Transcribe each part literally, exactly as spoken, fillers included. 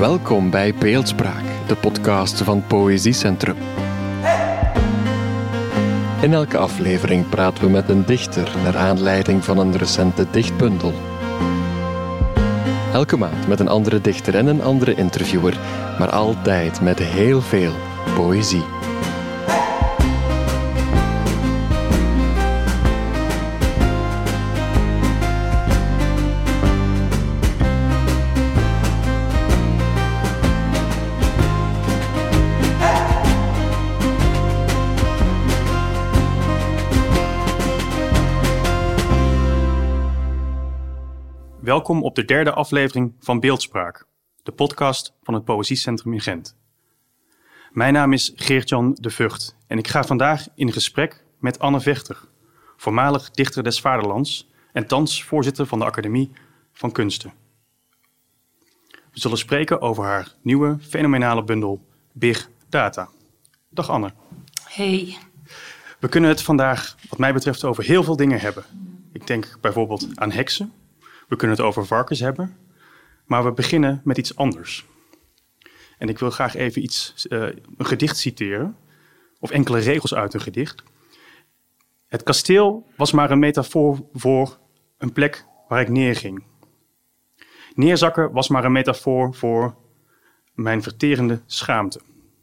Welkom bij Beeldspraak, de podcast van Poëziecentrum. In elke aflevering praten we met een dichter naar aanleiding van een recente dichtbundel. Elke maand met een andere dichter en een andere interviewer, maar altijd met heel veel poëzie. Welkom op de derde aflevering van Beeldspraak, de podcast van het Poëziecentrum in Gent. Mijn naam is Geert-Jan de Vught en ik ga vandaag in gesprek met Anne Vechter, voormalig dichter des Vaderlands en thans voorzitter van de Academie van Kunsten. We zullen spreken over haar nieuwe fenomenale bundel Big Data. Dag Anne. Hey. We kunnen het vandaag wat mij betreft over heel veel dingen hebben. Ik denk bijvoorbeeld aan heksen. We kunnen het over varkens hebben, maar we beginnen met iets anders. En ik wil graag even iets, uh, een gedicht citeren, of enkele regels uit een gedicht. Het kasteel was maar een metafoor voor een plek waar ik neerging. Neerzakken was maar een metafoor voor mijn verterende schaamte.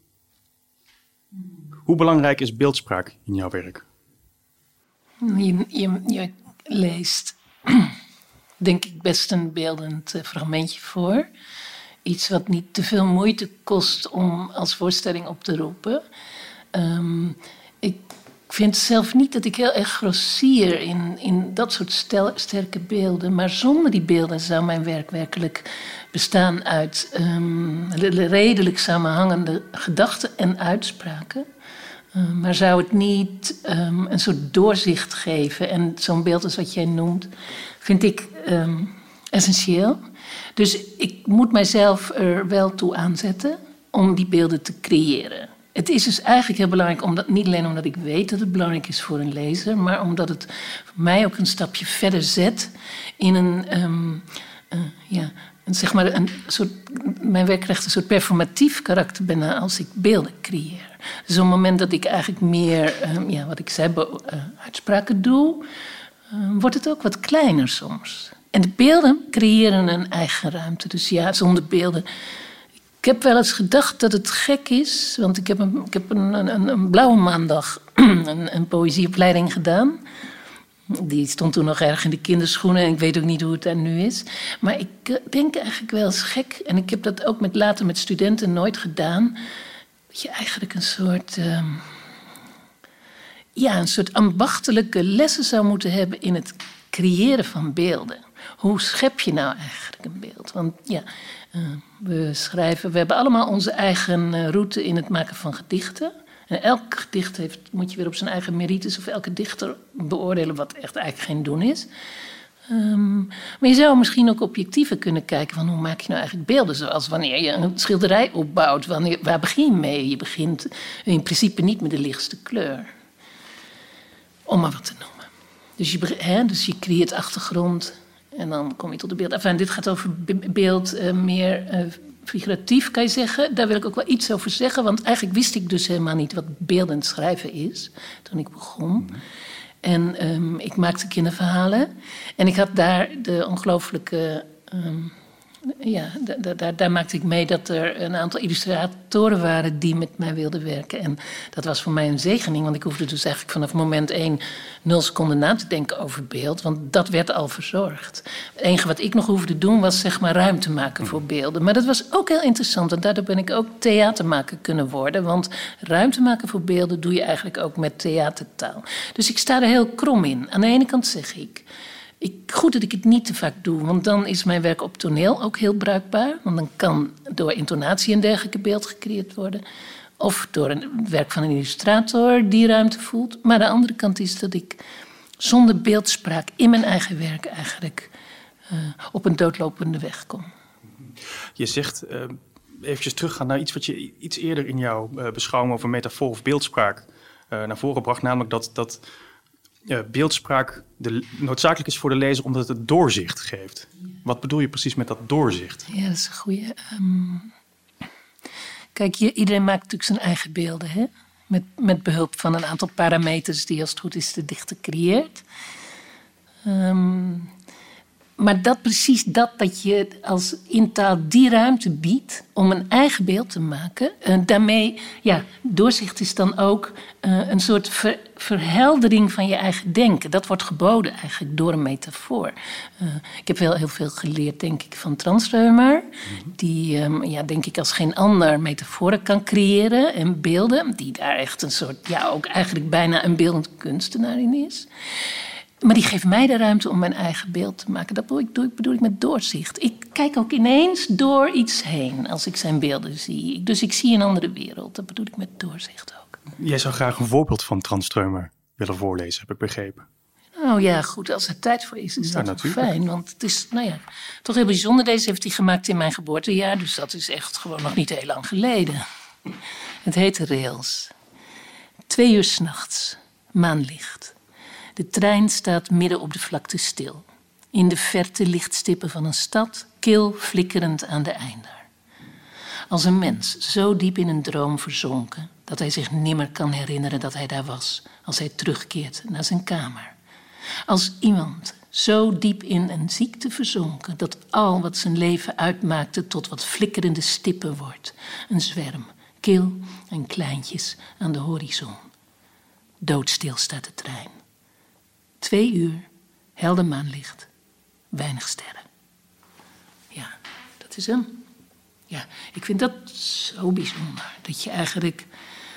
Hoe belangrijk is beeldspraak in jouw werk? Je, je, je leest... denk ik best een beeldend uh, fragmentje voor. Iets wat niet te veel moeite kost om als voorstelling op te roepen. Um, ik vind zelf niet dat ik heel erg grossier in, in dat soort stel, sterke beelden. Maar zonder die beelden zou mijn werk werkelijk bestaan uit um, redelijk samenhangende gedachten en uitspraken. Uh, maar zou het niet um, een soort doorzicht geven? En zo'n beeld als wat jij noemt, vind ik um, essentieel. Dus ik moet mijzelf er wel toe aanzetten om die beelden te creëren. Het is dus eigenlijk heel belangrijk, omdat, niet alleen omdat ik weet dat het belangrijk is voor een lezer, maar omdat het voor mij ook een stapje verder zet in een, um, uh, ja, een, zeg maar een soort, mijn werk krijgt een soort performatief karakter bijna als ik beelden creëer. Dus op het moment dat ik eigenlijk meer, um, ja, wat ik zei, be- uh, uitspraken doe, uh, wordt het ook wat kleiner soms. En de beelden creëren een eigen ruimte. Dus ja, zonder beelden. Ik heb wel eens gedacht dat het gek is, want ik heb een, ik heb een, een, een blauwe maandag een, een poëzieopleiding gedaan. Die stond toen nog erg in de kinderschoenen en ik weet ook niet hoe het daar nu is. Maar ik denk eigenlijk wel eens gek, en ik heb dat ook met, later met studenten nooit gedaan, dat je eigenlijk een soort, uh, ja, een soort ambachtelijke lessen zou moeten hebben in het creëren van beelden. Hoe schep je nou eigenlijk een beeld? Want ja, uh, we schrijven, we hebben allemaal onze eigen uh, route in het maken van gedichten. En elk gedicht heeft, moet je weer op zijn eigen merites of elke dichter beoordelen, wat echt eigenlijk geen doen is. Um, maar je zou misschien ook objectiever kunnen kijken van hoe maak je nou eigenlijk beelden, zoals wanneer je een schilderij opbouwt. Wanneer, waar begin je mee? Je begint in principe niet met de lichtste kleur. Om maar wat te noemen. Dus je, hè, dus je creëert achtergrond en dan kom je tot de beeld. Enfin, dit gaat over beeld uh, meer uh, figuratief, kan je zeggen. Daar wil ik ook wel iets over zeggen, want eigenlijk wist ik dus helemaal niet wat beeldend schrijven is toen ik begon. En um, ik maakte kinderverhalen. En ik had daar de ongelooflijke... Um, ja, da, da, daar maakte ik mee dat er een aantal illustratoren waren die met mij wilden werken. En dat was voor mij een zegening, want ik hoefde dus eigenlijk vanaf moment één nul seconden na te denken over beeld. Want dat werd al verzorgd. Het enige wat ik nog hoefde doen was zeg maar ruimte maken voor beelden. Maar dat was ook heel interessant en daardoor ben ik ook theatermaker kunnen worden. Want ruimte maken voor beelden doe je eigenlijk ook met theatertaal. Dus ik sta er heel krom in. Aan de ene kant zeg ik... Ik, goed dat ik het niet te vaak doe, want dan is mijn werk op toneel ook heel bruikbaar. Want dan kan door intonatie een dergelijke beeld gecreëerd worden. Of door het werk van een illustrator die ruimte voelt. Maar de andere kant is dat ik zonder beeldspraak in mijn eigen werk eigenlijk uh, op een doodlopende weg kom. Je zegt, uh, eventjes teruggaan naar iets wat je iets eerder in jouw uh, beschouwing over metafoor of beeldspraak uh, naar voren bracht. Namelijk dat... dat uh, beeldspraak de, noodzakelijk is voor de lezer omdat het doorzicht geeft. Wat bedoel je precies met dat doorzicht? Ja, dat is een goede. Um, kijk, je, iedereen maakt natuurlijk zijn eigen beelden, hè? Met, met behulp van een aantal parameters die als het goed is de dichter creëert. Um, maar dat precies dat, dat je als in taal die ruimte biedt om een eigen beeld te maken. Uh, daarmee, ja, doorzicht is dan ook uh, een soort ver, verheldering van je eigen denken. Dat wordt geboden eigenlijk door een metafoor. Uh, ik heb wel heel veel geleerd, denk ik, van Transrömer. Die, um, ja, denk ik, als geen ander metaforen kan creëren en beelden. Die daar echt een soort, ja, ook eigenlijk bijna een beeldend kunstenaar in is. Maar die geeft mij de ruimte om mijn eigen beeld te maken. Dat bedoel ik, bedoel ik met doorzicht. Ik kijk ook ineens door iets heen als ik zijn beelden zie. Dus ik zie een andere wereld. Dat bedoel ik met doorzicht ook. Jij zou graag een voorbeeld van Transrömer willen voorlezen, heb ik begrepen. Nou ja, goed. Als er tijd voor is, is ja, dat fijn. Want het is, nou ja, toch heel bijzonder. Deze heeft hij gemaakt in mijn geboortejaar. Dus dat is echt gewoon nog niet heel lang geleden. Het heet Rails. Twee uur 's nachts. Maanlicht. De trein staat midden op de vlakte stil. In de verte lichtstippen van een stad, kil flikkerend aan de einder. Als een mens zo diep in een droom verzonken dat hij zich nimmer kan herinneren dat hij daar was als hij terugkeert naar zijn kamer. Als iemand zo diep in een ziekte verzonken dat al wat zijn leven uitmaakte tot wat flikkerende stippen wordt. Een zwerm, kil en kleintjes aan de horizon. Doodstil staat de trein. Twee uur, helder maanlicht, weinig sterren. Ja, dat is hem. Ja, ik vind dat zo bijzonder. Dat je eigenlijk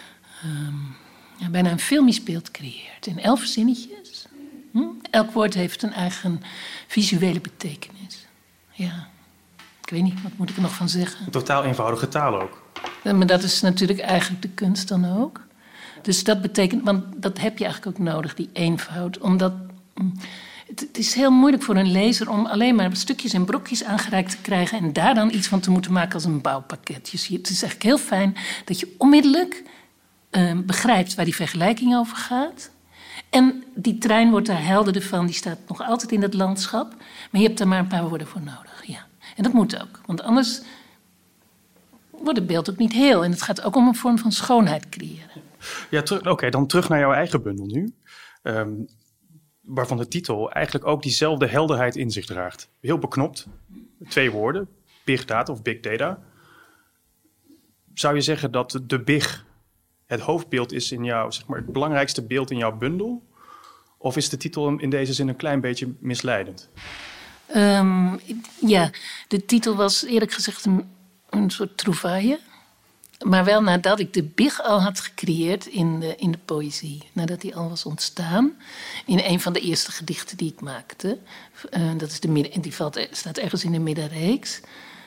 um, ja, bijna een filmisch beeld creëert. In elf zinnetjes. Hm? Elk woord heeft een eigen visuele betekenis. Ja, ik weet niet, wat moet ik er nog van zeggen? Een totaal eenvoudige taal ook. Ja, maar dat is natuurlijk eigenlijk de kunst dan ook. Dus dat betekent, want dat heb je eigenlijk ook nodig, die eenvoud. Omdat het, het is heel moeilijk voor een lezer om alleen maar stukjes en brokjes aangereikt te krijgen en daar dan iets van te moeten maken als een bouwpakket. Je ziet, het is eigenlijk heel fijn dat je onmiddellijk uh, begrijpt waar die vergelijking over gaat. En die trein wordt daar helderder van, die staat nog altijd in dat landschap. Maar je hebt er maar een paar woorden voor nodig, ja. En dat moet ook, want anders wordt het beeld ook niet heel. En het gaat ook om een vorm van schoonheid creëren. Ja, oké, okay, dan terug naar jouw eigen bundel nu. Um, waarvan de titel eigenlijk ook diezelfde helderheid in zich draagt. Heel beknopt. Twee woorden. Big data of big data. Zou je zeggen dat de big het hoofdbeeld is in jouw, zeg maar, het belangrijkste beeld in jouw bundel? Of is de titel in deze zin een klein beetje misleidend? Um, ja, de titel was eerlijk gezegd een, een soort trouvaille. Maar wel nadat ik de big al had gecreëerd in de, in de poëzie. Nadat die al was ontstaan. In een van de eerste gedichten die ik maakte. Uh, dat is de midden, die valt, staat ergens in de middenreeks.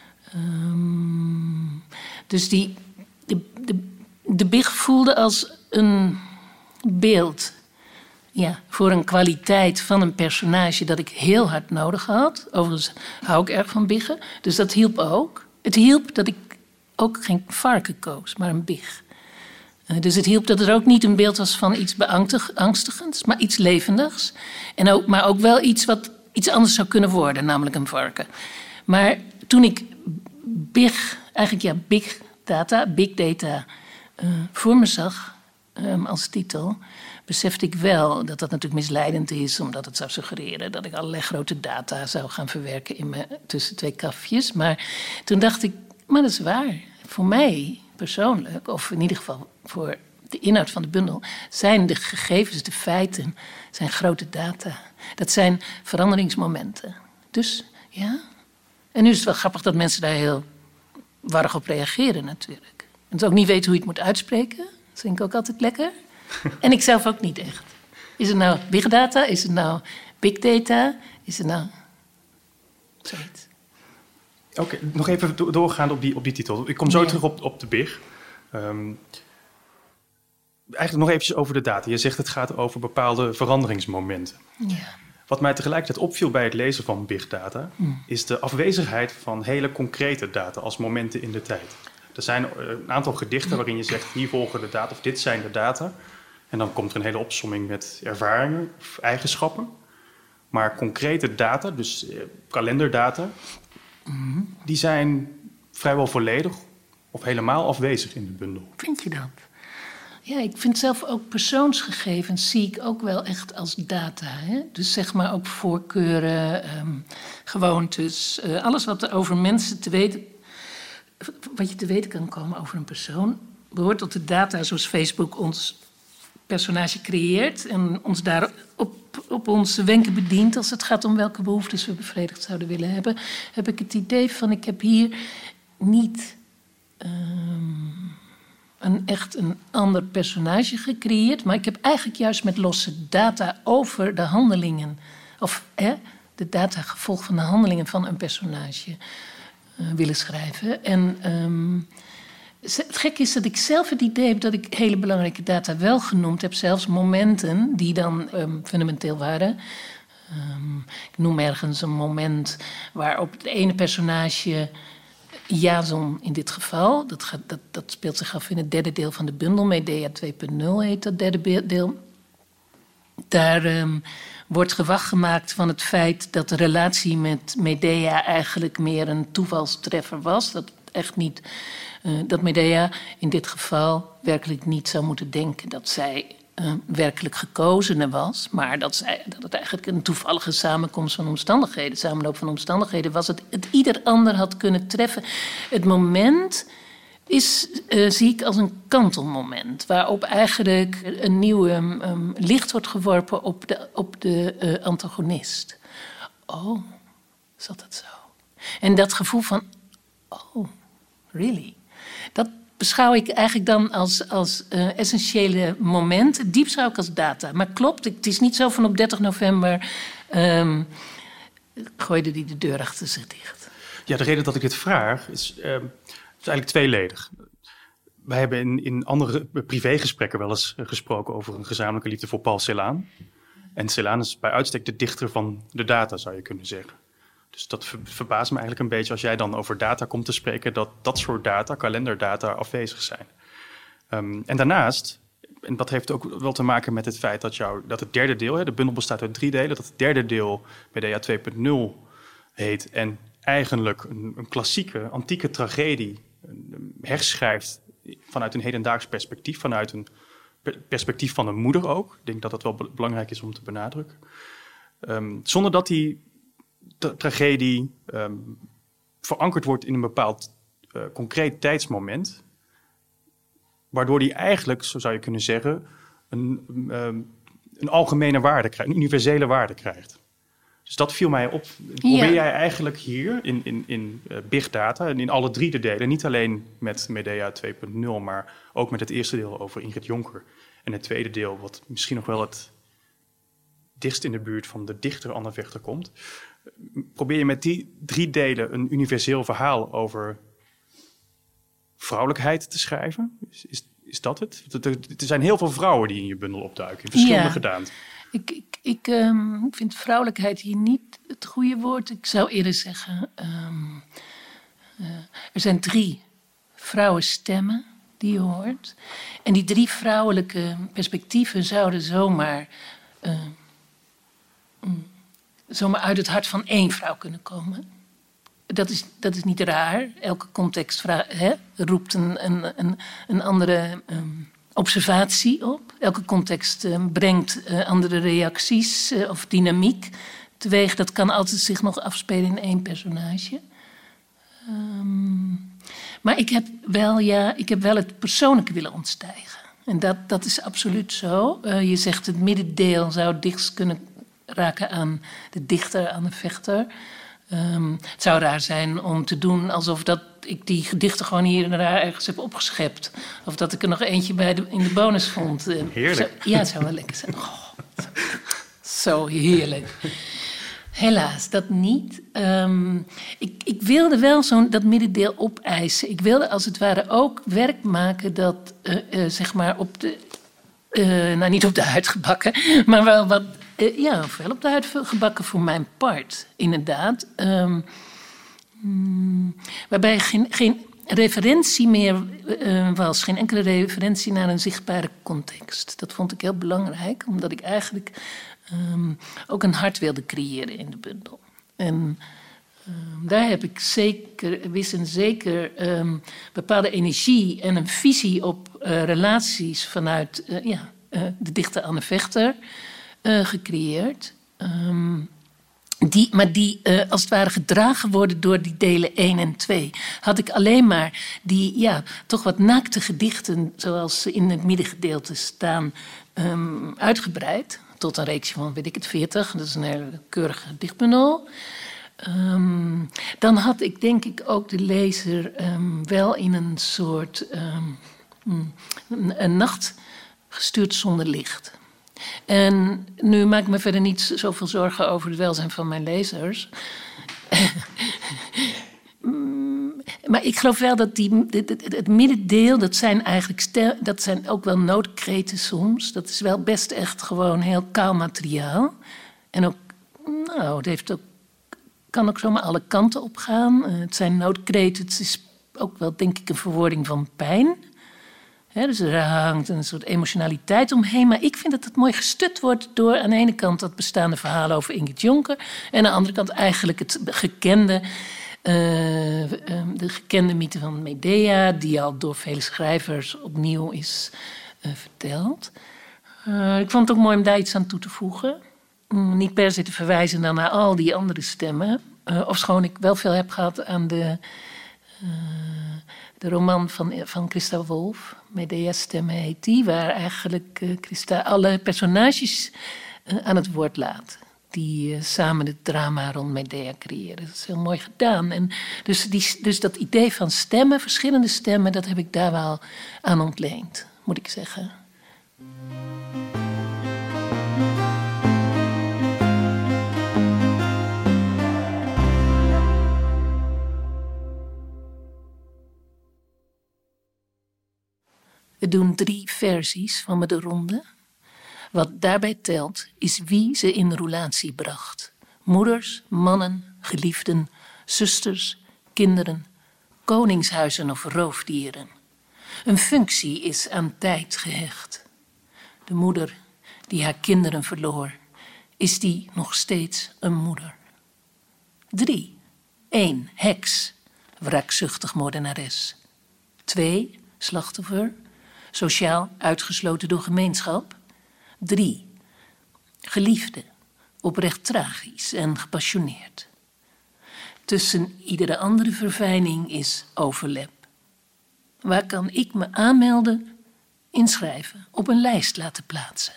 Um, dus die, de, de, de big voelde als een beeld. Ja, voor een kwaliteit van een personage dat ik heel hard nodig had. Overigens hou ik erg van biggen. Dus dat hielp ook. Het hielp dat ik ook geen varken koos, maar een big. Uh, dus het hielp dat er ook niet een beeld was van iets beangstigends, maar iets levendigs. En ook, maar ook wel iets wat iets anders zou kunnen worden, namelijk een varken. Maar toen ik big, eigenlijk ja, big data, big data uh, voor me zag um, als titel, besefte ik wel dat dat natuurlijk misleidend is, omdat het zou suggereren dat ik allerlei grote data zou gaan verwerken in me, tussen twee kafjes. Maar toen dacht ik, maar dat is waar. Voor mij persoonlijk, of in ieder geval voor de inhoud van de bundel, zijn de gegevens, de feiten, zijn grote data. Dat zijn veranderingsmomenten. Dus ja. En nu is het wel grappig dat mensen daar heel warrig op reageren natuurlijk. En ze ook niet weten hoe je het moet uitspreken. Dat vind ik ook altijd lekker. En ik zelf ook niet echt. Is het nou big data? Is het nou big data? Is het nou zoiets? Oké, okay, nog even do- doorgaan op die, op die titel. Ik kom zo ja. terug op, op de big. Um, eigenlijk nog eventjes over de data. Je zegt het gaat over bepaalde veranderingsmomenten. Ja. Wat mij tegelijkertijd opviel bij het lezen van big data, hmm. is de afwezigheid van hele concrete data als momenten in de tijd. Er zijn een aantal gedichten waarin je zegt, hier volgen de data of dit zijn de data. En dan komt er een hele opsomming met ervaringen of eigenschappen. Maar concrete data, dus eh, kalenderdata, mm-hmm. die zijn vrijwel volledig of helemaal afwezig in de bundel. Vind je dat? Ja, ik vind zelf ook persoonsgegevens zie ik ook wel echt als data. Hè? Dus zeg maar ook voorkeuren, um, gewoontes, uh, alles wat er over mensen te weten, wat je te weten kan komen over een persoon, behoort tot de data zoals Facebook ons personage creëert en ons daar op, op onze wenken bedient als het gaat om welke behoeftes we bevredigd zouden willen hebben, heb ik het idee van ik heb hier niet um, een echt een ander personage gecreëerd, maar ik heb eigenlijk juist met losse data over de handelingen, of hè, de data gevolg van de handelingen van een personage uh, willen schrijven. En um, het gekke is dat ik zelf het idee heb dat ik hele belangrijke data wel genoemd heb, zelfs momenten die dan um, fundamenteel waren. Um, ik noem ergens een moment waarop het ene personage, Jason in dit geval, dat, gaat, dat, dat speelt zich af in het derde deel van de bundel, Medea twee punt nul heet dat derde deel. Daar um, wordt gewag gemaakt van het feit dat de relatie met Medea eigenlijk meer een toevalstreffer was. Dat echt niet, uh, dat Medea in dit geval werkelijk niet zou moeten denken dat zij uh, werkelijk gekozene was, maar dat, zij, dat het eigenlijk een toevallige samenkomst van omstandigheden, samenloop van omstandigheden was, het, het ieder ander had kunnen treffen. Het moment is, uh, zie ik als een kantelmoment, waarop eigenlijk een nieuw um, um, licht wordt geworpen op de, op de uh, antagonist. Oh, zat dat zo? En dat gevoel van, oh, really? Dat beschouw ik eigenlijk dan als, als uh, essentiële moment. Diep zou ik als data. Maar klopt, het is niet zo van op dertig november um, gooide die de deur achter zich dicht. Ja, de reden dat ik dit vraag is, uh, is eigenlijk tweeledig. Wij hebben in, in andere privégesprekken wel eens gesproken over een gezamenlijke liefde voor Paul Celan. En Celan is bij uitstek de dichter van de data, zou je kunnen zeggen. Dus dat ver, verbaast me eigenlijk een beetje als jij dan over data komt te spreken, dat dat soort data, kalenderdata, afwezig zijn. Um, en daarnaast, en dat heeft ook wel te maken met het feit dat, jou, dat het derde deel, hè, de bundel bestaat uit drie delen, dat het derde deel Medea twee punt nul heet en eigenlijk een, een klassieke, antieke tragedie een, herschrijft vanuit een hedendaags perspectief, vanuit een perspectief van een moeder ook. Ik denk dat dat wel be- belangrijk is om te benadrukken. Um, zonder dat die tra- tragedie um, verankerd wordt in een bepaald uh, concreet tijdsmoment, waardoor die eigenlijk, zo zou je kunnen zeggen, een, um, een algemene waarde krijgt, een universele waarde krijgt. Dus dat viel mij op. Probeer ja. jij eigenlijk hier in, in, in uh, Big Data en in alle drie de delen, niet alleen met Medea twee punt nul, maar ook met het eerste deel over Ingrid Jonker en het tweede deel, wat misschien nog wel het dichtst in de buurt van de dichter Anne Vechter komt. Probeer je met die drie delen een universeel verhaal over vrouwelijkheid te schrijven? Is, is, is dat het? Er zijn heel veel vrouwen die in je bundel opduiken, in verschillende ja. gedaanten. Ik, ik, ik um, vind vrouwelijkheid hier niet het goede woord. Ik zou eerder zeggen, um, uh, er zijn drie vrouwenstemmen die je hoort. En die drie vrouwelijke perspectieven zouden zomaar, uh, um, zomaar uit het hart van één vrouw kunnen komen. Dat is, dat is niet raar. Elke context vra- hè, roept een, een, een, een andere um, observatie op. Elke context uh, brengt uh, andere reacties uh, of dynamiek teweeg. Dat kan altijd zich nog afspelen in één personage. Um, maar ik heb, wel, ja, ik heb wel het persoonlijke willen ontstijgen. En dat, dat is absoluut zo. Uh, je zegt het middendeel zou dichtst kunnen raken aan de dichter, aan de vechter. Um, het zou raar zijn om te doen alsof dat ik die gedichten gewoon hier en daar ergens heb opgeschept. Of dat ik er nog eentje bij de, in de bonus vond. Heerlijk. Zo, ja, het zou wel lekker zijn. Oh, zo heerlijk. Helaas, dat niet. Um, ik, ik wilde wel zo'n dat middendeel opeisen. Ik wilde als het ware ook werk maken dat, uh, uh, zeg maar, op de... Uh, nou, niet op de huid gebakken, maar wel wat... Uh, ja, wel op de huid gebakken voor mijn part, inderdaad. Um, um, waarbij geen, geen referentie meer uh, was. Geen enkele referentie naar een zichtbare context. Dat vond ik heel belangrijk, omdat ik eigenlijk um, ook een hart wilde creëren in de bundel. En um, daar heb ik zeker, wist en zeker um, bepaalde energie en een visie op uh, relaties vanuit uh, ja, uh, de dichter Anne Vechter uh, gecreëerd. Um, Die, maar die uh, als het ware gedragen worden door die delen één en twee. Had ik alleen maar die ja, toch wat naakte gedichten, zoals ze in het middengedeelte staan, um, uitgebreid. Tot een reeks van, weet ik het, veertig. Dat is een hele keurige gedichtbundel. Um, dan had ik denk ik ook de lezer um, wel in een soort um, een, een nacht gestuurd zonder licht. En nu maak ik me verder niet zoveel zorgen over het welzijn van mijn lezers. Maar ik geloof wel dat die, het, het middendeel, dat zijn eigenlijk stel, dat zijn ook wel noodkreten soms. Dat is wel best echt gewoon heel kaal materiaal. En ook, nou, het heeft ook, kan ook zomaar alle kanten op gaan. Het zijn noodkreten, het is ook wel denk ik een verwoording van pijn. He, dus er hangt een soort emotionaliteit omheen. Maar ik vind dat het mooi gestut wordt door aan de ene kant dat bestaande verhaal over Ingrid Jonker. En aan de andere kant eigenlijk het gekende, uh, uh, de gekende mythe van Medea, die al door vele schrijvers opnieuw is uh, verteld. Uh, ik vond het ook mooi om daar iets aan toe te voegen. Mm, niet per se te verwijzen dan naar al die andere stemmen. Uh, ofschoon ik wel veel heb gehad aan de... Uh, De roman van, van Christa Wolf, Medea Stemmen heet die, waar eigenlijk uh, Christa alle personages uh, aan het woord laat. Die uh, samen het drama rond Medea creëren. Dat is heel mooi gedaan. En dus, die, dus dat idee van stemmen, verschillende stemmen, dat heb ik daar wel aan ontleend, moet ik zeggen. We doen drie versies van Me de Ronde. Wat daarbij telt, is wie ze in roulatie bracht. Moeders, mannen, geliefden, zusters, kinderen, koningshuizen of roofdieren. Een functie is aan tijd gehecht. De moeder die haar kinderen verloor, is die nog steeds een moeder. Drie. Eén. Heks, wraakzuchtig moordenares. Twee. Slachtoffer, sociaal uitgesloten door gemeenschap. Drie. Geliefde, oprecht tragisch en gepassioneerd. Tussen iedere andere verfijning is overlap. Waar kan ik me aanmelden, inschrijven, op een lijst laten plaatsen?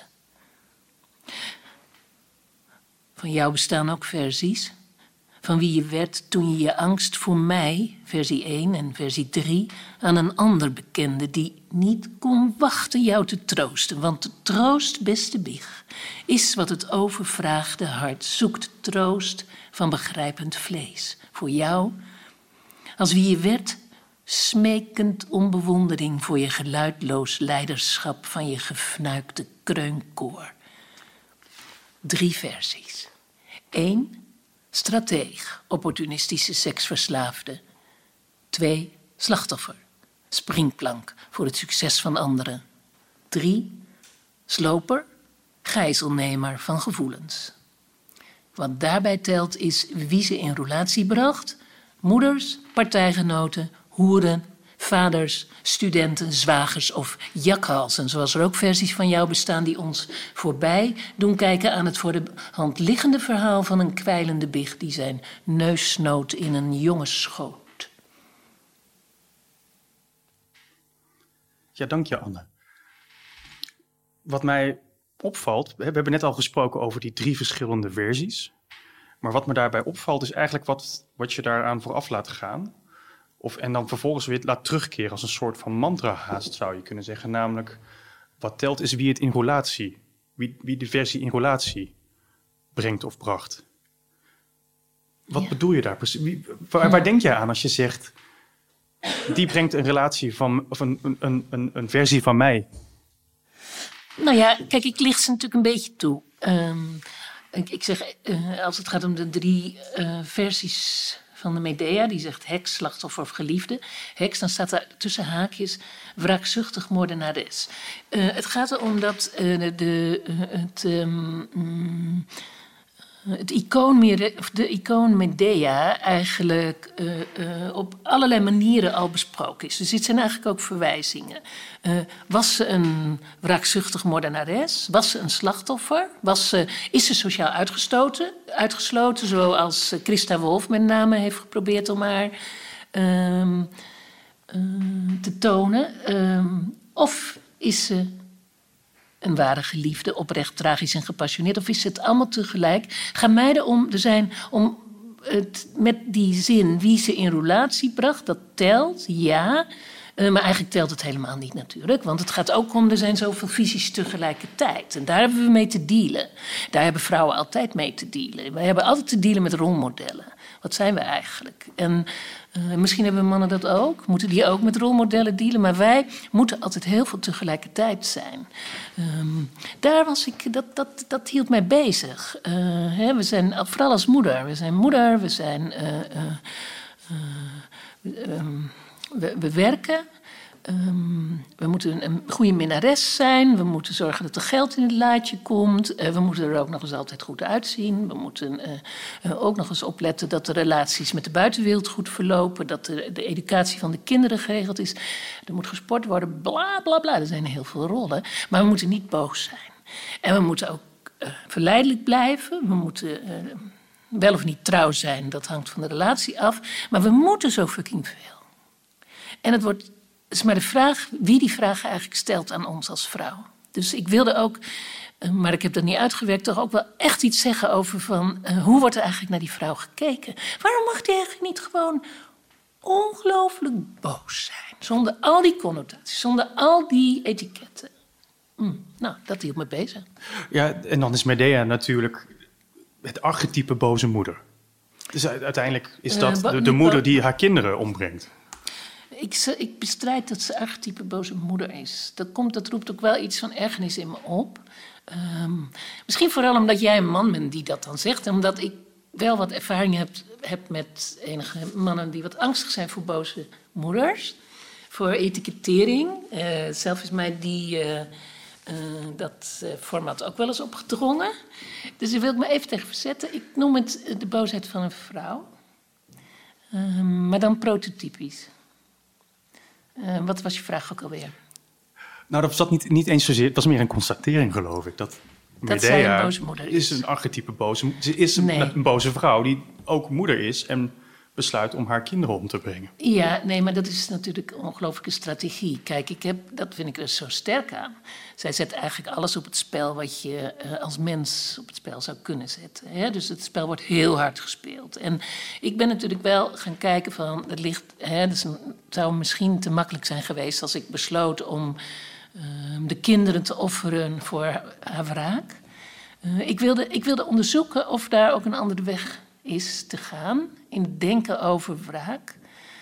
Van jou bestaan ook versies. Van wie je werd toen je je angst voor mij, versie één en versie drie, aan een ander bekende die niet kon wachten jou te troosten. Want de troost, beste Big, is wat het overvraagde hart zoekt, troost van begrijpend vlees. Voor jou, als wie je werd, smekend om bewondering voor je geluidloos leiderschap van je gefnuikte kreunkoor. Drie versies. Eén. Strateeg, opportunistische seksverslaafde. Twee, slachtoffer, springplank voor het succes van anderen. Drie, sloper, gijzelnemer van gevoelens. Wat daarbij telt is wie ze in roulatie bracht. Moeders, partijgenoten, hoeren, vaders, studenten, zwagers of jakhalzen. Zoals er ook versies van jou bestaan die ons voorbij doen kijken aan het voor de hand liggende verhaal van een kwijlende big die zijn neus snoot in een jongensschoot. Ja, dank je, Anne. Wat mij opvalt, we hebben net al gesproken over die drie verschillende versies. Maar wat me daarbij opvalt is eigenlijk wat, wat je daaraan vooraf laat gaan. Of, en dan vervolgens weer laat terugkeren als een soort van mantra haast, zou je kunnen zeggen. Namelijk, wat telt is wie het in relatie, wie, wie de versie in relatie brengt of bracht. Wat ja. bedoel je daar precies? Wie, waar, waar denk je aan als je zegt, die brengt een relatie van, of een, een, een, een versie van mij? Nou ja, kijk, ik licht ze natuurlijk een beetje toe. Um, ik, ik zeg, uh, als het gaat om de drie uh, versies van de Medea. Die zegt heks, slachtoffer of geliefde. Heks, dan staat daar tussen haakjes wraakzuchtig moordenares. Uh, het gaat erom dat uh, de, de, uh, het... Um, um, Het icoon, de icoon Medea eigenlijk uh, uh, op allerlei manieren al besproken is. Dus dit zijn eigenlijk ook verwijzingen. Uh, was ze een wraakzuchtig moordenares? Was ze een slachtoffer? Was ze, is ze sociaal uitgestoten, uitgesloten, zoals Christa Wolf met name heeft geprobeerd om haar uh, uh, te tonen? Uh, of is ze een ware geliefde, oprecht, tragisch en gepassioneerd? Of is het allemaal tegelijk? Ga mij erom, er zijn om het met die zin wie ze in relatie bracht, dat telt, ja. Uh, maar eigenlijk telt het helemaal niet natuurlijk. Want het gaat ook om, er zijn zoveel visies tegelijkertijd. En daar hebben we mee te dealen. Daar hebben vrouwen altijd mee te dealen. Wij hebben altijd te dealen met rolmodellen. Wat zijn we eigenlijk? En uh, misschien hebben mannen dat ook. Moeten die ook met rolmodellen dealen? Maar wij moeten altijd heel veel tegelijkertijd zijn. Um, daar was ik, dat, dat, dat hield mij bezig. Uh, hè, we zijn, vooral als moeder. We zijn moeder, we zijn... Uh, uh, uh, um, we, we werken. Um, we moeten een goede minnares zijn. We moeten zorgen dat er geld in het laadje komt. Uh, we moeten er ook nog eens altijd goed uitzien. We moeten uh, uh, ook nog eens opletten dat de relaties met de buitenwereld goed verlopen. Dat de, de educatie van de kinderen geregeld is. Er moet gesport worden, bla bla bla. Er zijn heel veel rollen. Maar we moeten niet boos zijn. En we moeten ook uh, verleidelijk blijven. We moeten uh, wel of niet trouw zijn. Dat hangt van de relatie af. Maar we moeten zo fucking veel. En het wordt... Het is maar de vraag wie die vraag eigenlijk stelt aan ons als vrouw. Dus ik wilde ook, maar ik heb dat niet uitgewerkt, toch ook wel echt iets zeggen over van uh, hoe wordt er eigenlijk naar die vrouw gekeken? Waarom mag die eigenlijk niet gewoon ongelooflijk boos zijn? Zonder al die connotaties, zonder al die etiketten. Mm, nou, dat hield me bezig. Ja, en dan is Medea natuurlijk het archetype boze moeder. Dus uiteindelijk is dat uh, de, de moeder die haar kinderen ombrengt. Ik, ik bestrijd dat ze archetype boze moeder is. Dat, komt, dat roept ook wel iets van ergernis in me op. Um, misschien vooral omdat jij een man bent die dat dan zegt. En omdat ik wel wat ervaring heb, heb met enige mannen die wat angstig zijn voor boze moeders. Voor etikettering. Uh, zelf is mij die, uh, uh, dat uh, format ook wel eens opgedrongen. Dus daar wil ik me even tegen verzetten. Ik noem het de boosheid van een vrouw. Uh, maar dan prototypisch. Uh, wat was je vraag ook alweer? Nou, dat was dat niet, niet eens zozeer. Het was meer een constatering, geloof ik. Dat, dat Medea zij een boze moeder is. is een archetype boze moeder. Ze is een, nee. een boze vrouw die ook moeder is en besluit om haar kinderen om te brengen. Ja, nee, maar dat is natuurlijk een ongelooflijke strategie. Kijk, ik heb, dat vind ik er zo sterk aan. Zij zet eigenlijk alles op het spel wat je uh, als mens op het spel zou kunnen zetten. Hè? Dus het spel wordt heel hard gespeeld. En ik ben natuurlijk wel gaan kijken van, het ligt, hè, dus het zou misschien te makkelijk zijn geweest als ik besloot om uh, de kinderen te offeren voor haar wraak. Uh, ik, wilde, ik wilde onderzoeken of daar ook een andere weg is te gaan in het denken over wraak.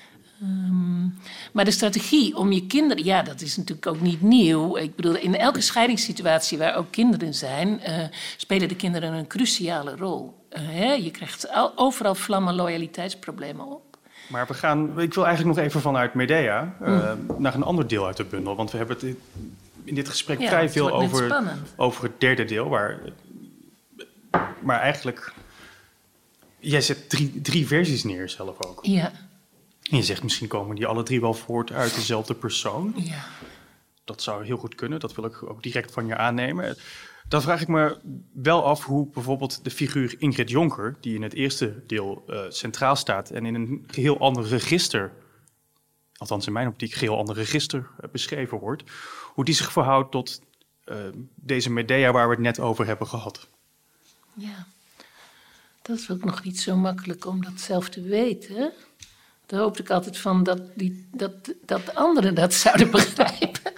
Um, maar de strategie om je kinderen... Ja, dat is natuurlijk ook niet nieuw. Ik bedoel, in elke scheidingssituatie waar ook kinderen zijn, Uh, spelen de kinderen een cruciale rol. Uh, hè? Je krijgt al, overal vlammen loyaliteitsproblemen op. Maar we gaan... Ik wil eigenlijk nog even vanuit Medea uh, mm. naar een ander deel uit de bundel. Want we hebben het in dit gesprek ja, vrij veel over, over het derde deel. Waar, maar eigenlijk... Jij zet drie, drie versies neer zelf ook. Ja. En je zegt misschien komen die alle drie wel voort uit dezelfde persoon. Ja. Dat zou heel goed kunnen, dat wil ik ook direct van je aannemen. Dan vraag ik me wel af hoe bijvoorbeeld de figuur Ingrid Jonker, die in het eerste deel uh, centraal staat en in een geheel ander register, althans in mijn optiek, geheel ander register uh, beschreven wordt, hoe die zich verhoudt tot uh, deze Medea waar we het net over hebben gehad. Ja. Dat is ook nog niet zo makkelijk om dat zelf te weten. Daar hoopte ik altijd van dat, die, dat, dat anderen dat zouden begrijpen.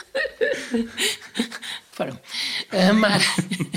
Pardon. Uh, maar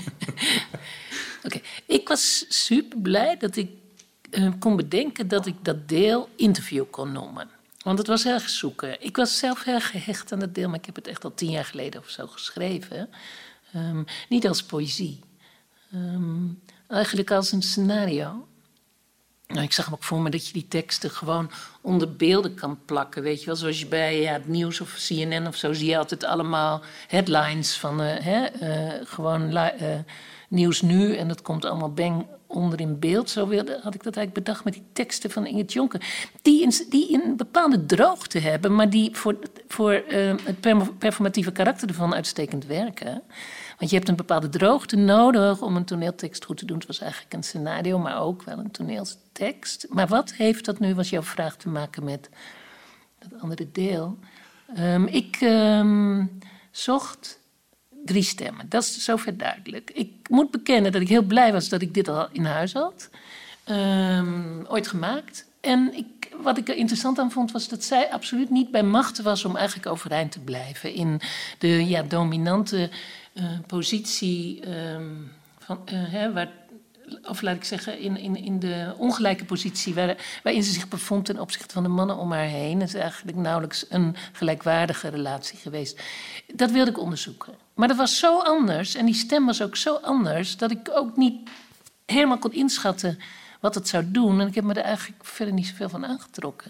Oké, okay. Ik was super blij dat ik uh, kon bedenken dat ik dat deel interview kon noemen. Want het was erg zoeken. Ik was zelf erg gehecht aan dat deel, maar ik heb het echt al tien jaar geleden of zo geschreven. Um, niet als poëzie. Um, Eigenlijk als een scenario. Nou, ik zag hem ook voor me dat je die teksten gewoon onder beelden kan plakken. Weet je wel, zoals je bij ja, het nieuws of C N N of zo zie je altijd allemaal headlines van uh, hè, uh, gewoon uh, nieuws nu. En dat komt allemaal bang onder in beeld. Zo wilde, had ik dat eigenlijk bedacht met die teksten van Inge Tjonke. Die in, die in een bepaalde droogte hebben, maar die voor, voor uh, het performatieve karakter ervan uitstekend werken. Want je hebt een bepaalde droogte nodig om een toneeltekst goed te doen. Het was eigenlijk een scenario, maar ook wel een toneeltekst. Maar wat heeft dat nu, was jouw vraag, te maken met dat andere deel? Um, ik um, zocht drie stemmen, dat is zover duidelijk. Ik moet bekennen dat ik heel blij was dat ik dit al in huis had. Um, ooit gemaakt. En ik, wat ik er interessant aan vond, was dat zij absoluut niet bij machten was om eigenlijk overeind te blijven in de ja, dominante uh, positie um, van, uh, hè, waar, of laat ik zeggen, in, in, in de ongelijke positie waar, waarin ze zich bevond ten opzichte van de mannen om haar heen. Het is eigenlijk nauwelijks een gelijkwaardige relatie geweest. Dat wilde ik onderzoeken. Maar dat was zo anders en die stem was ook zo anders dat ik ook niet helemaal kon inschatten wat het zou doen. En ik heb me er eigenlijk verder niet zoveel van aangetrokken.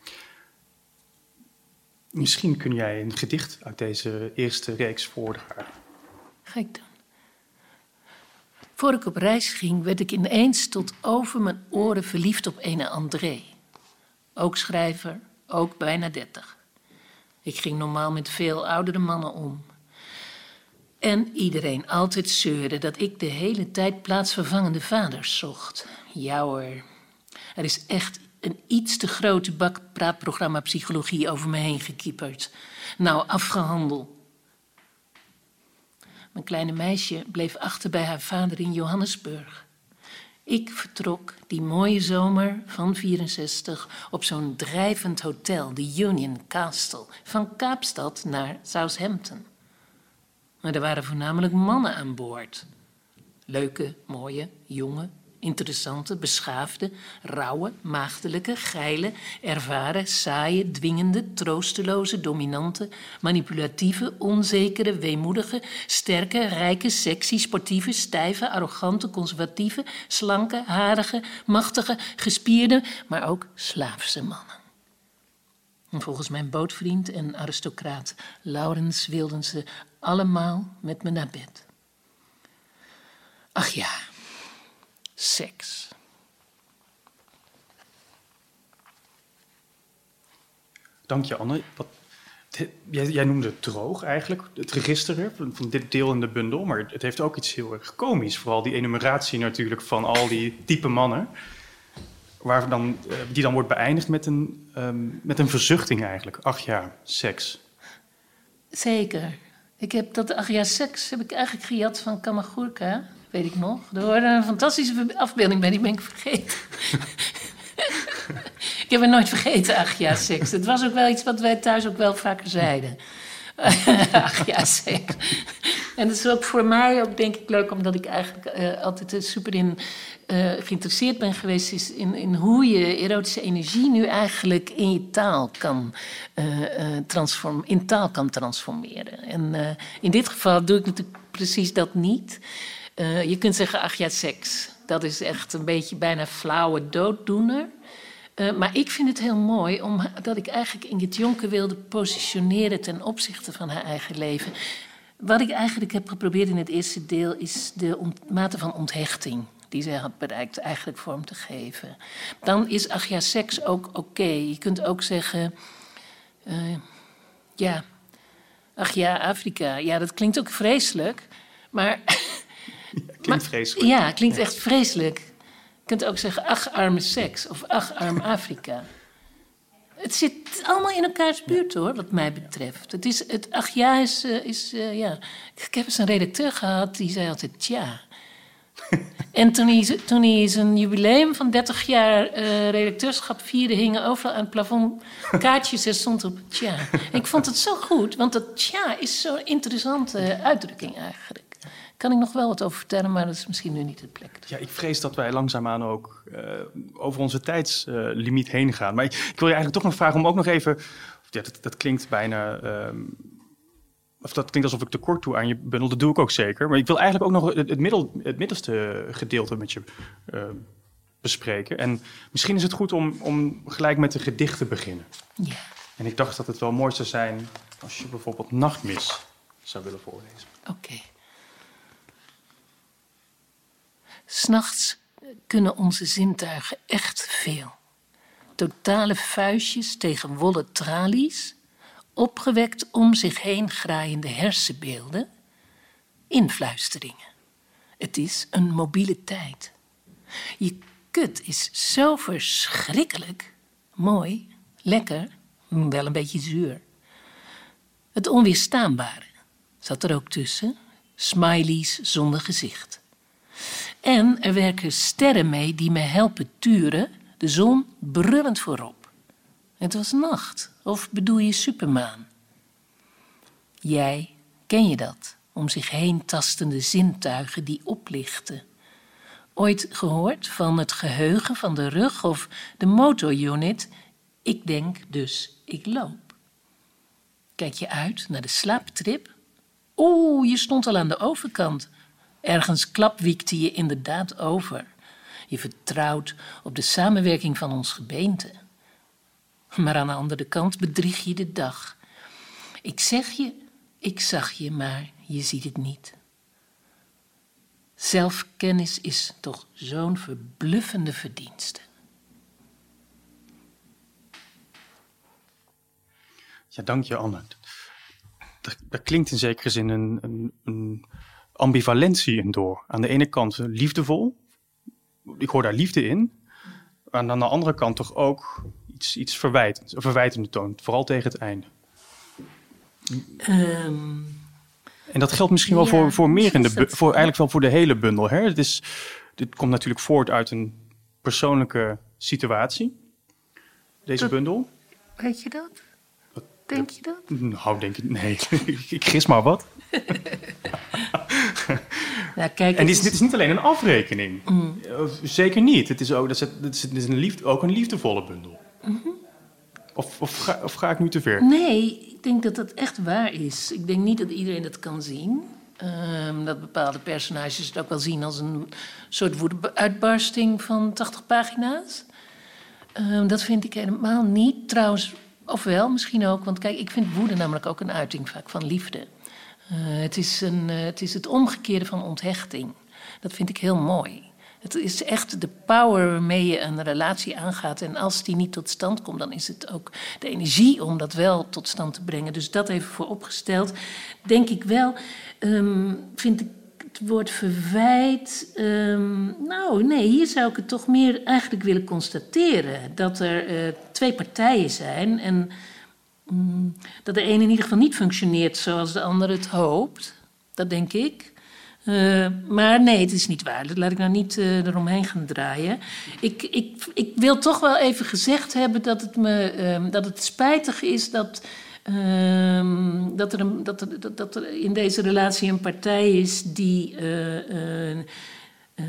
Misschien kun jij een gedicht uit deze eerste reeks voordragen. Ga ik doen. Voor ik op reis ging, werd ik ineens tot over mijn oren verliefd op ene André. Ook schrijver, ook bijna dertig. Ik ging normaal met veel oudere mannen om. En iedereen altijd zeurde dat ik de hele tijd plaatsvervangende vaders zocht. Ja hoor, er is echt een iets te grote bak praatprogramma psychologie over me heen gekieperd. Nou, afgehandeld. Mijn kleine meisje bleef achter bij haar vader in Johannesburg. Ik vertrok die mooie zomer van vierenzestig op zo'n drijvend hotel, de Union Castle, van Kaapstad naar Southampton. Maar er waren voornamelijk mannen aan boord. Leuke, mooie, jonge, interessante, beschaafde, rauwe, maagdelijke, geile, ervaren, saaie, dwingende, troosteloze, dominante, manipulatieve, onzekere, weemoedige, sterke, rijke, sexy, sportieve, stijve, arrogante, conservatieve, slanke, harige, machtige, gespierde, maar ook slaafse mannen. En volgens mijn bootvriend en aristocraat Laurens wilden ze allemaal met me naar bed. Ach ja, seks. Dank je, Anne. Wat, jij, jij noemde het droog eigenlijk, het register van, van dit deel in de bundel. Maar het heeft ook iets heel erg komisch. Vooral die enumeratie natuurlijk van al die type mannen. Waar dan, die dan wordt beëindigd met een, um, met een verzuchting eigenlijk. Ach ja, seks. Zeker. Ik heb dat ach ja, seks heb ik eigenlijk gejat van Kamagurka, weet ik nog. Er hoorde een fantastische afbeelding bij, die ben ik vergeten. Ik heb het nooit vergeten, ach ja, seks. Het was ook wel iets wat wij thuis ook wel vaker zeiden. Ach ja, seks. En dat is ook voor mij ook denk ik leuk, omdat ik eigenlijk uh, altijd super in uh, geïnteresseerd ben geweest is in, in hoe je erotische energie nu eigenlijk in je taal kan, uh, uh, transform, in taal kan transformeren. En uh, in dit geval doe ik natuurlijk precies dat niet. Uh, je kunt zeggen, ach ja, seks. Dat is echt een beetje bijna flauwe dooddoener. Uh, maar ik vind het heel mooi omdat ik eigenlijk Inge Tjonke wilde positioneren ten opzichte van haar eigen leven. Wat ik eigenlijk heb geprobeerd in het eerste deel is de ont- mate van onthechting die zij had bereikt eigenlijk vorm te geven. Dan is ach ja, seks ook oké. Okay. Je kunt ook zeggen, uh, ja, ach ja, Afrika. Ja, dat klinkt ook vreselijk, maar... Ja, klinkt maar, vreselijk. Ja, klinkt echt vreselijk. Je kunt ook zeggen, ach, arme seks of ach, arm Afrika. Het zit allemaal in elkaars buurt, hoor, wat mij betreft. Het is, het, ach ja, is, uh, is uh, ja. Ik heb eens een redacteur gehad, die zei altijd tja. En toen hij, toen hij zijn jubileum van dertig jaar uh, redacteurschap vierde, hingen overal aan het plafond kaartjes en stond op tja. Ik vond het zo goed, want dat tja is zo'n interessante uitdrukking eigenlijk. Kan ik nog wel wat over vertellen, maar dat is misschien nu niet de plek. Ja, ik vrees dat wij langzaamaan ook uh, over onze tijdslimiet uh, heen gaan. Maar ik, ik wil je eigenlijk toch nog vragen om ook nog even... Ja, dat, dat klinkt bijna... Um, of dat klinkt alsof ik tekort doe aan je bundel. Dat doe ik ook zeker. Maar ik wil eigenlijk ook nog het, het, middel, het middelste gedeelte met je uh, bespreken. En misschien is het goed om, om gelijk met een gedicht te beginnen. Ja. En ik dacht dat het wel mooi zou zijn als je bijvoorbeeld Nachtmis zou willen voorlezen. Oké. Okay. 'S Nachts kunnen onze zintuigen echt veel. Totale vuistjes tegen wollen tralies, opgewekt om zich heen graaiende hersenbeelden, influisteringen. Het is een mobiele tijd. Je kut is zo verschrikkelijk, mooi, lekker, wel een beetje zuur. Het onweerstaanbare zat er ook tussen, smileys zonder gezicht. En er werken sterren mee die me helpen turen, de zon brullend voorop. Het was nacht, of bedoel je supermaan? Jij, ken je dat, om zich heen tastende zintuigen die oplichten? Ooit gehoord van het geheugen van de rug of de motorunit? Ik denk dus ik loop. Kijk je uit naar de slaaptrip? Oeh, je stond al aan de overkant. Ergens klapwiekte je inderdaad over. Je vertrouwt op de samenwerking van ons gebeente. Maar aan de andere kant bedrieg je de dag. Ik zeg je, ik zag je, maar je ziet het niet. Zelfkennis is toch zo'n verbluffende verdienste. Ja, dank je, Anne. Daar klinkt in zekere zin een, een, een ambivalentie in door. Aan de ene kant liefdevol. Ik hoor daar liefde in. En aan de andere kant toch ook iets, iets verwijtends. Een verwijtende toon. Vooral tegen het einde. Um, en dat geldt misschien wel ja, voor, voor meer in de bu- dat... voor eigenlijk wel voor de hele bundel. Hè? Het is, dit komt natuurlijk voort uit een persoonlijke situatie. Deze dat, bundel. Weet je dat? Denk je dat? Nou, denk ik... Nee, ik gis maar wat. Nou, kijk, en dit is, is... dit is niet alleen een afrekening. Mm. Zeker niet. Het is ook, dat is, dat is, dat is een liefde, ook een liefdevolle bundel. Mm-hmm. Of, of, ga, of ga ik nu te ver? Nee, ik denk dat dat echt waar is. Ik denk niet dat iedereen dat kan zien. Um, dat bepaalde personages het ook wel zien als een soort woede-uitbarsting van tachtig pagina's. Um, dat vind ik helemaal niet. Trouwens, ofwel, misschien ook. Want kijk, ik vind woede namelijk ook een uiting vaak van liefde. Uh, het, is een, uh, het is het omgekeerde van onthechting. Dat vind ik heel mooi. Het is echt de power waarmee je een relatie aangaat. En als die niet tot stand komt, dan is het ook de energie om dat wel tot stand te brengen. Dus dat even vooropgesteld. Denk ik wel, um, vind ik het woord verwijt... Um, nou, nee, hier zou ik het toch meer eigenlijk willen constateren. Dat er uh, twee partijen zijn en um, dat de ene in ieder geval niet functioneert zoals de andere het hoopt. Dat denk ik. Uh, maar nee, het is niet waar. Dat laat ik nou niet uh, eromheen gaan draaien. Ik, ik, ik wil toch wel even gezegd hebben dat het me uh, dat het spijtig is dat, uh, dat, er een, dat, er, dat, dat er in deze relatie een partij is die uh, uh, uh,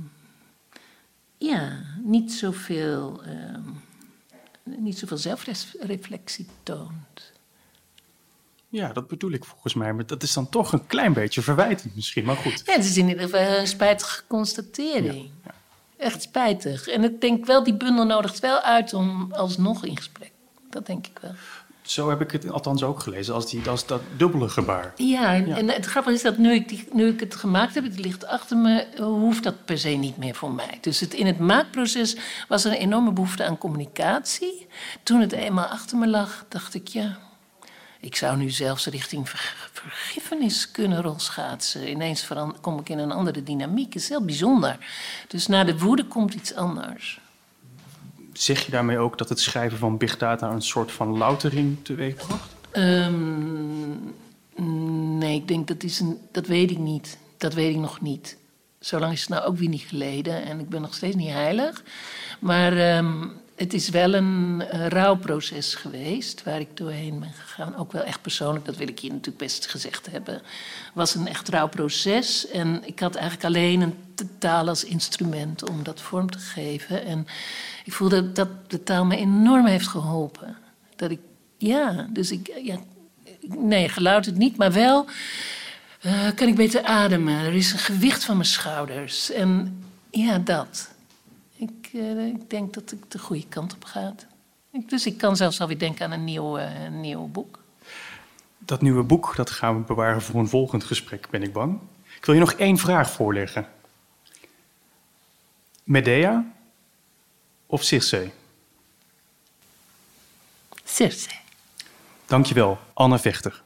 ja, niet zoveel, uh, niet zoveel zelfreflectie toont. Ja, dat bedoel ik volgens mij. Maar dat is dan toch een klein beetje verwijtend misschien, maar goed. Ja, het is in ieder geval een spijtige constatering. Ja, ja. Echt spijtig. En ik denk wel, die bundel nodigt wel uit om alsnog in gesprek. Dat denk ik wel. Zo heb ik het althans ook gelezen, als, die, als dat dubbele gebaar. Ja, ja, en het grappige is dat nu ik, die, nu ik het gemaakt heb, het ligt achter me, hoeft dat per se niet meer voor mij. Dus het, in het maakproces was er een enorme behoefte aan communicatie. Toen het eenmaal achter me lag, dacht ik, ja... Ik zou nu zelfs richting ver- vergiffenis kunnen rolschaatsen. Ineens veran- kom ik in een andere dynamiek. Het is heel bijzonder. Dus na de woede komt iets anders. Zeg je daarmee ook dat het schrijven van Big Data een soort van loutering teweegbracht? Um, nee, ik denk dat is een... Dat weet ik niet. Dat weet ik nog niet. Zo lang is het nou ook weer niet geleden. En ik ben nog steeds niet heilig. Maar... Um, Het is wel een uh, rouwproces geweest waar ik doorheen ben gegaan. Ook wel echt persoonlijk, dat wil ik hier natuurlijk best gezegd hebben. Het was een echt rouwproces en ik had eigenlijk alleen een taal als instrument om dat vorm te geven. En ik voelde dat de taal me enorm heeft geholpen. Dat ik, ja, dus ik, ja, nee, gelouterd niet, maar wel uh, kan ik beter ademen. Er is een gewicht van mijn schouders en ja, dat... ik, uh, ik denk dat het de goede kant op gaat. Ik, dus ik kan zelfs alweer denken aan een nieuw, uh, een nieuw boek. Dat nieuwe boek dat gaan we bewaren voor een volgend gesprek, ben ik bang. Ik wil je nog één vraag voorleggen. Medea of Circe? Circe. Dankjewel, Anne Vechter.